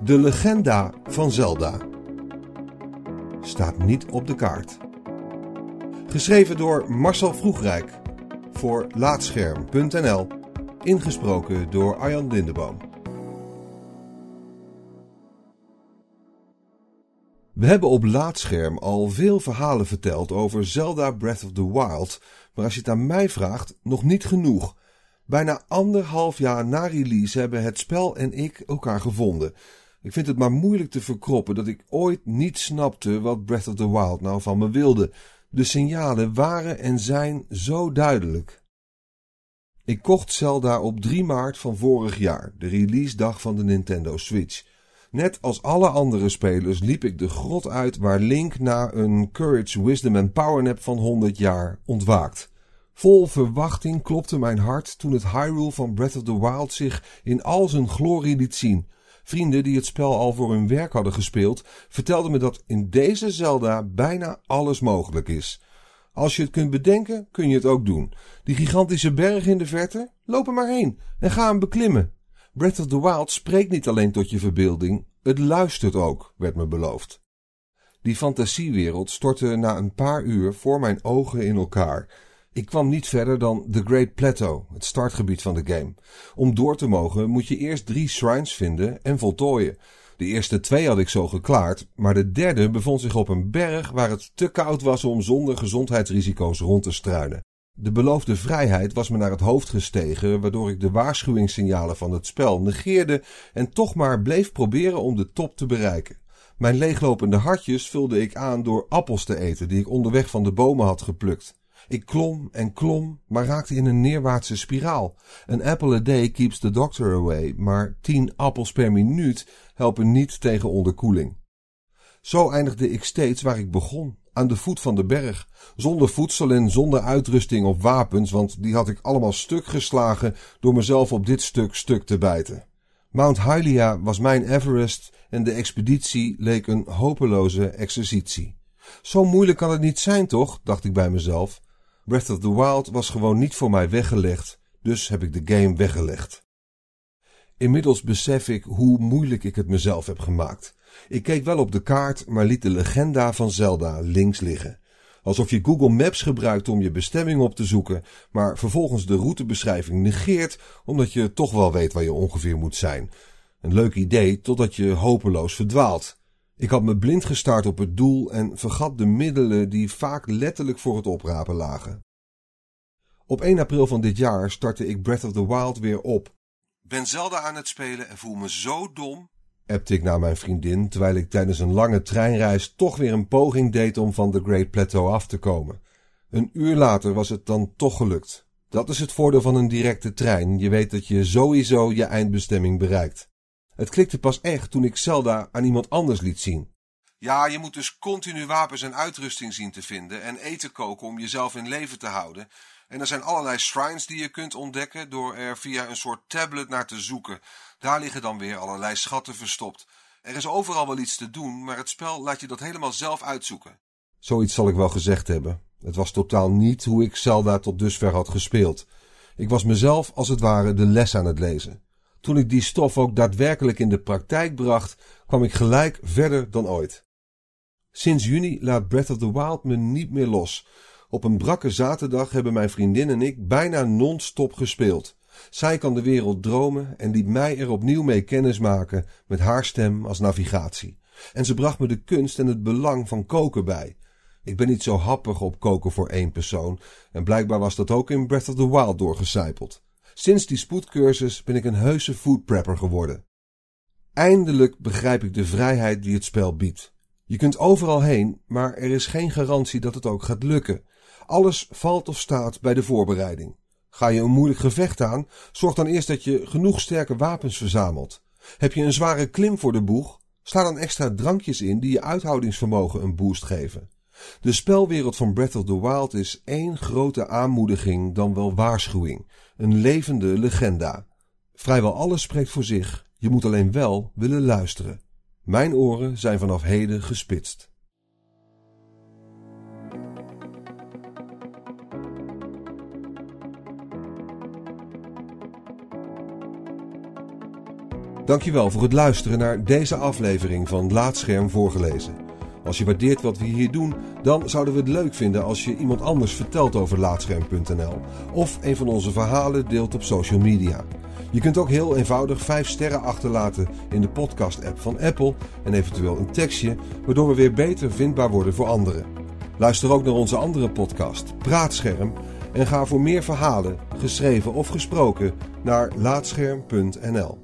De legenda van Zelda staat niet op de kaart. Geschreven door Marcel Vroegrijk voor Laatscherm.nl. Ingesproken door Arjan Lindeboom. We hebben op Laatscherm al veel verhalen verteld over Zelda Breath of the Wild, maar als je het aan mij vraagt, nog niet genoeg. Bijna 1,5 jaar na release hebben het spel en ik elkaar gevonden. Ik vind het maar moeilijk te verkroppen dat ik ooit niet snapte wat Breath of the Wild nou van me wilde. De signalen waren en zijn zo duidelijk. Ik kocht Zelda op 3 maart van vorig jaar, de releasedag van de Nintendo Switch. Net als alle andere spelers liep ik de grot uit waar Link na een Courage, Wisdom en Power Nap van 100 jaar ontwaakt. Vol verwachting klopte mijn hart toen het Hyrule van Breath of the Wild zich in al zijn glorie liet zien. Vrienden die het spel al voor hun werk hadden gespeeld, vertelden me dat in deze Zelda bijna alles mogelijk is. Als je het kunt bedenken, kun je het ook doen. Die gigantische berg in de verte? Loop er maar heen en ga hem beklimmen. Breath of the Wild spreekt niet alleen tot je verbeelding, het luistert ook, werd me beloofd. Die fantasiewereld stortte na een paar uur voor mijn ogen in elkaar. Ik kwam niet verder dan The Great Plateau, het startgebied van de game. Om door te mogen moet je eerst 3 shrines vinden en voltooien. De eerste 2 had ik zo geklaard, maar de derde bevond zich op een berg waar het te koud was om zonder gezondheidsrisico's rond te struinen. De beloofde vrijheid was me naar het hoofd gestegen, waardoor ik de waarschuwingssignalen van het spel negeerde en toch maar bleef proberen om de top te bereiken. Mijn leeglopende hartjes vulde ik aan door appels te eten die ik onderweg van de bomen had geplukt. Ik klom en klom, maar raakte in een neerwaartse spiraal. An apple a day keeps the doctor away, maar 10 appels per minuut helpen niet tegen onderkoeling. Zo eindigde ik steeds waar ik begon, aan de voet van de berg, zonder voedsel en zonder uitrusting of wapens, want die had ik allemaal stuk geslagen door mezelf op dit stuk te bijten. Mount Hylia was mijn Everest en de expeditie leek een hopeloze exercitie. Zo moeilijk kan het niet zijn, toch, dacht ik bij mezelf. Breath of the Wild was gewoon niet voor mij weggelegd, dus heb ik de game weggelegd. Inmiddels besef ik hoe moeilijk ik het mezelf heb gemaakt. Ik keek wel op de kaart, maar liet de legenda van Zelda links liggen. Alsof je Google Maps gebruikt om je bestemming op te zoeken, maar vervolgens de routebeschrijving negeert, omdat je toch wel weet waar je ongeveer moet zijn. Een leuk idee, totdat je hopeloos verdwaalt. Ik had me blind gestaard op het doel en vergat de middelen die vaak letterlijk voor het oprapen lagen. Op 1 april van dit jaar startte ik Breath of the Wild weer op. Ben Zelda aan het spelen en voel me zo dom, appte ik naar mijn vriendin, terwijl ik tijdens een lange treinreis toch weer een poging deed om van The Great Plateau af te komen. Een uur later was het dan toch gelukt. Dat is het voordeel van een directe trein, je weet dat je sowieso je eindbestemming bereikt. Het klikte pas echt toen ik Zelda aan iemand anders liet zien. Ja, je moet dus continu wapens en uitrusting zien te vinden en eten koken om jezelf in leven te houden. En er zijn allerlei shrines die je kunt ontdekken door er via een soort tablet naar te zoeken. Daar liggen dan weer allerlei schatten verstopt. Er is overal wel iets te doen, maar het spel laat je dat helemaal zelf uitzoeken. Zoiets zal ik wel gezegd hebben. Het was totaal niet hoe ik Zelda tot dusver had gespeeld. Ik was mezelf als het ware de les aan het lezen. Toen ik die stof ook daadwerkelijk in de praktijk bracht, kwam ik gelijk verder dan ooit. Sinds juni laat Breath of the Wild me niet meer los. Op een brakke zaterdag hebben mijn vriendin en ik bijna non-stop gespeeld. Zij kan de wereld dromen en liet mij er opnieuw mee kennismaken met haar stem als navigatie. En ze bracht me de kunst en het belang van koken bij. Ik ben niet zo happig op koken voor 1 persoon en blijkbaar was dat ook in Breath of the Wild doorgecijpeld. Sinds die spoedcursus ben ik een heuse food prepper geworden. Eindelijk begrijp ik de vrijheid die het spel biedt. Je kunt overal heen, maar er is geen garantie dat het ook gaat lukken. Alles valt of staat bij de voorbereiding. Ga je een moeilijk gevecht aan, zorg dan eerst dat je genoeg sterke wapens verzamelt. Heb je een zware klim voor de boeg, sla dan extra drankjes in die je uithoudingsvermogen een boost geven. De spelwereld van Breath of the Wild is één grote aanmoediging dan wel waarschuwing. Een levende legenda. Vrijwel alles spreekt voor zich, je moet alleen wel willen luisteren. Mijn oren zijn vanaf heden gespitst. Dankjewel voor het luisteren naar deze aflevering van Laatscherm voorgelezen. Als je waardeert wat we hier doen, dan zouden we het leuk vinden als je iemand anders vertelt over Laatscherm.nl of een van onze verhalen deelt op social media. Je kunt ook heel eenvoudig 5 sterren achterlaten in de podcast-app van Apple en eventueel een tekstje, waardoor we weer beter vindbaar worden voor anderen. Luister ook naar onze andere podcast, Praatscherm, en ga voor meer verhalen, geschreven of gesproken, naar Laatscherm.nl.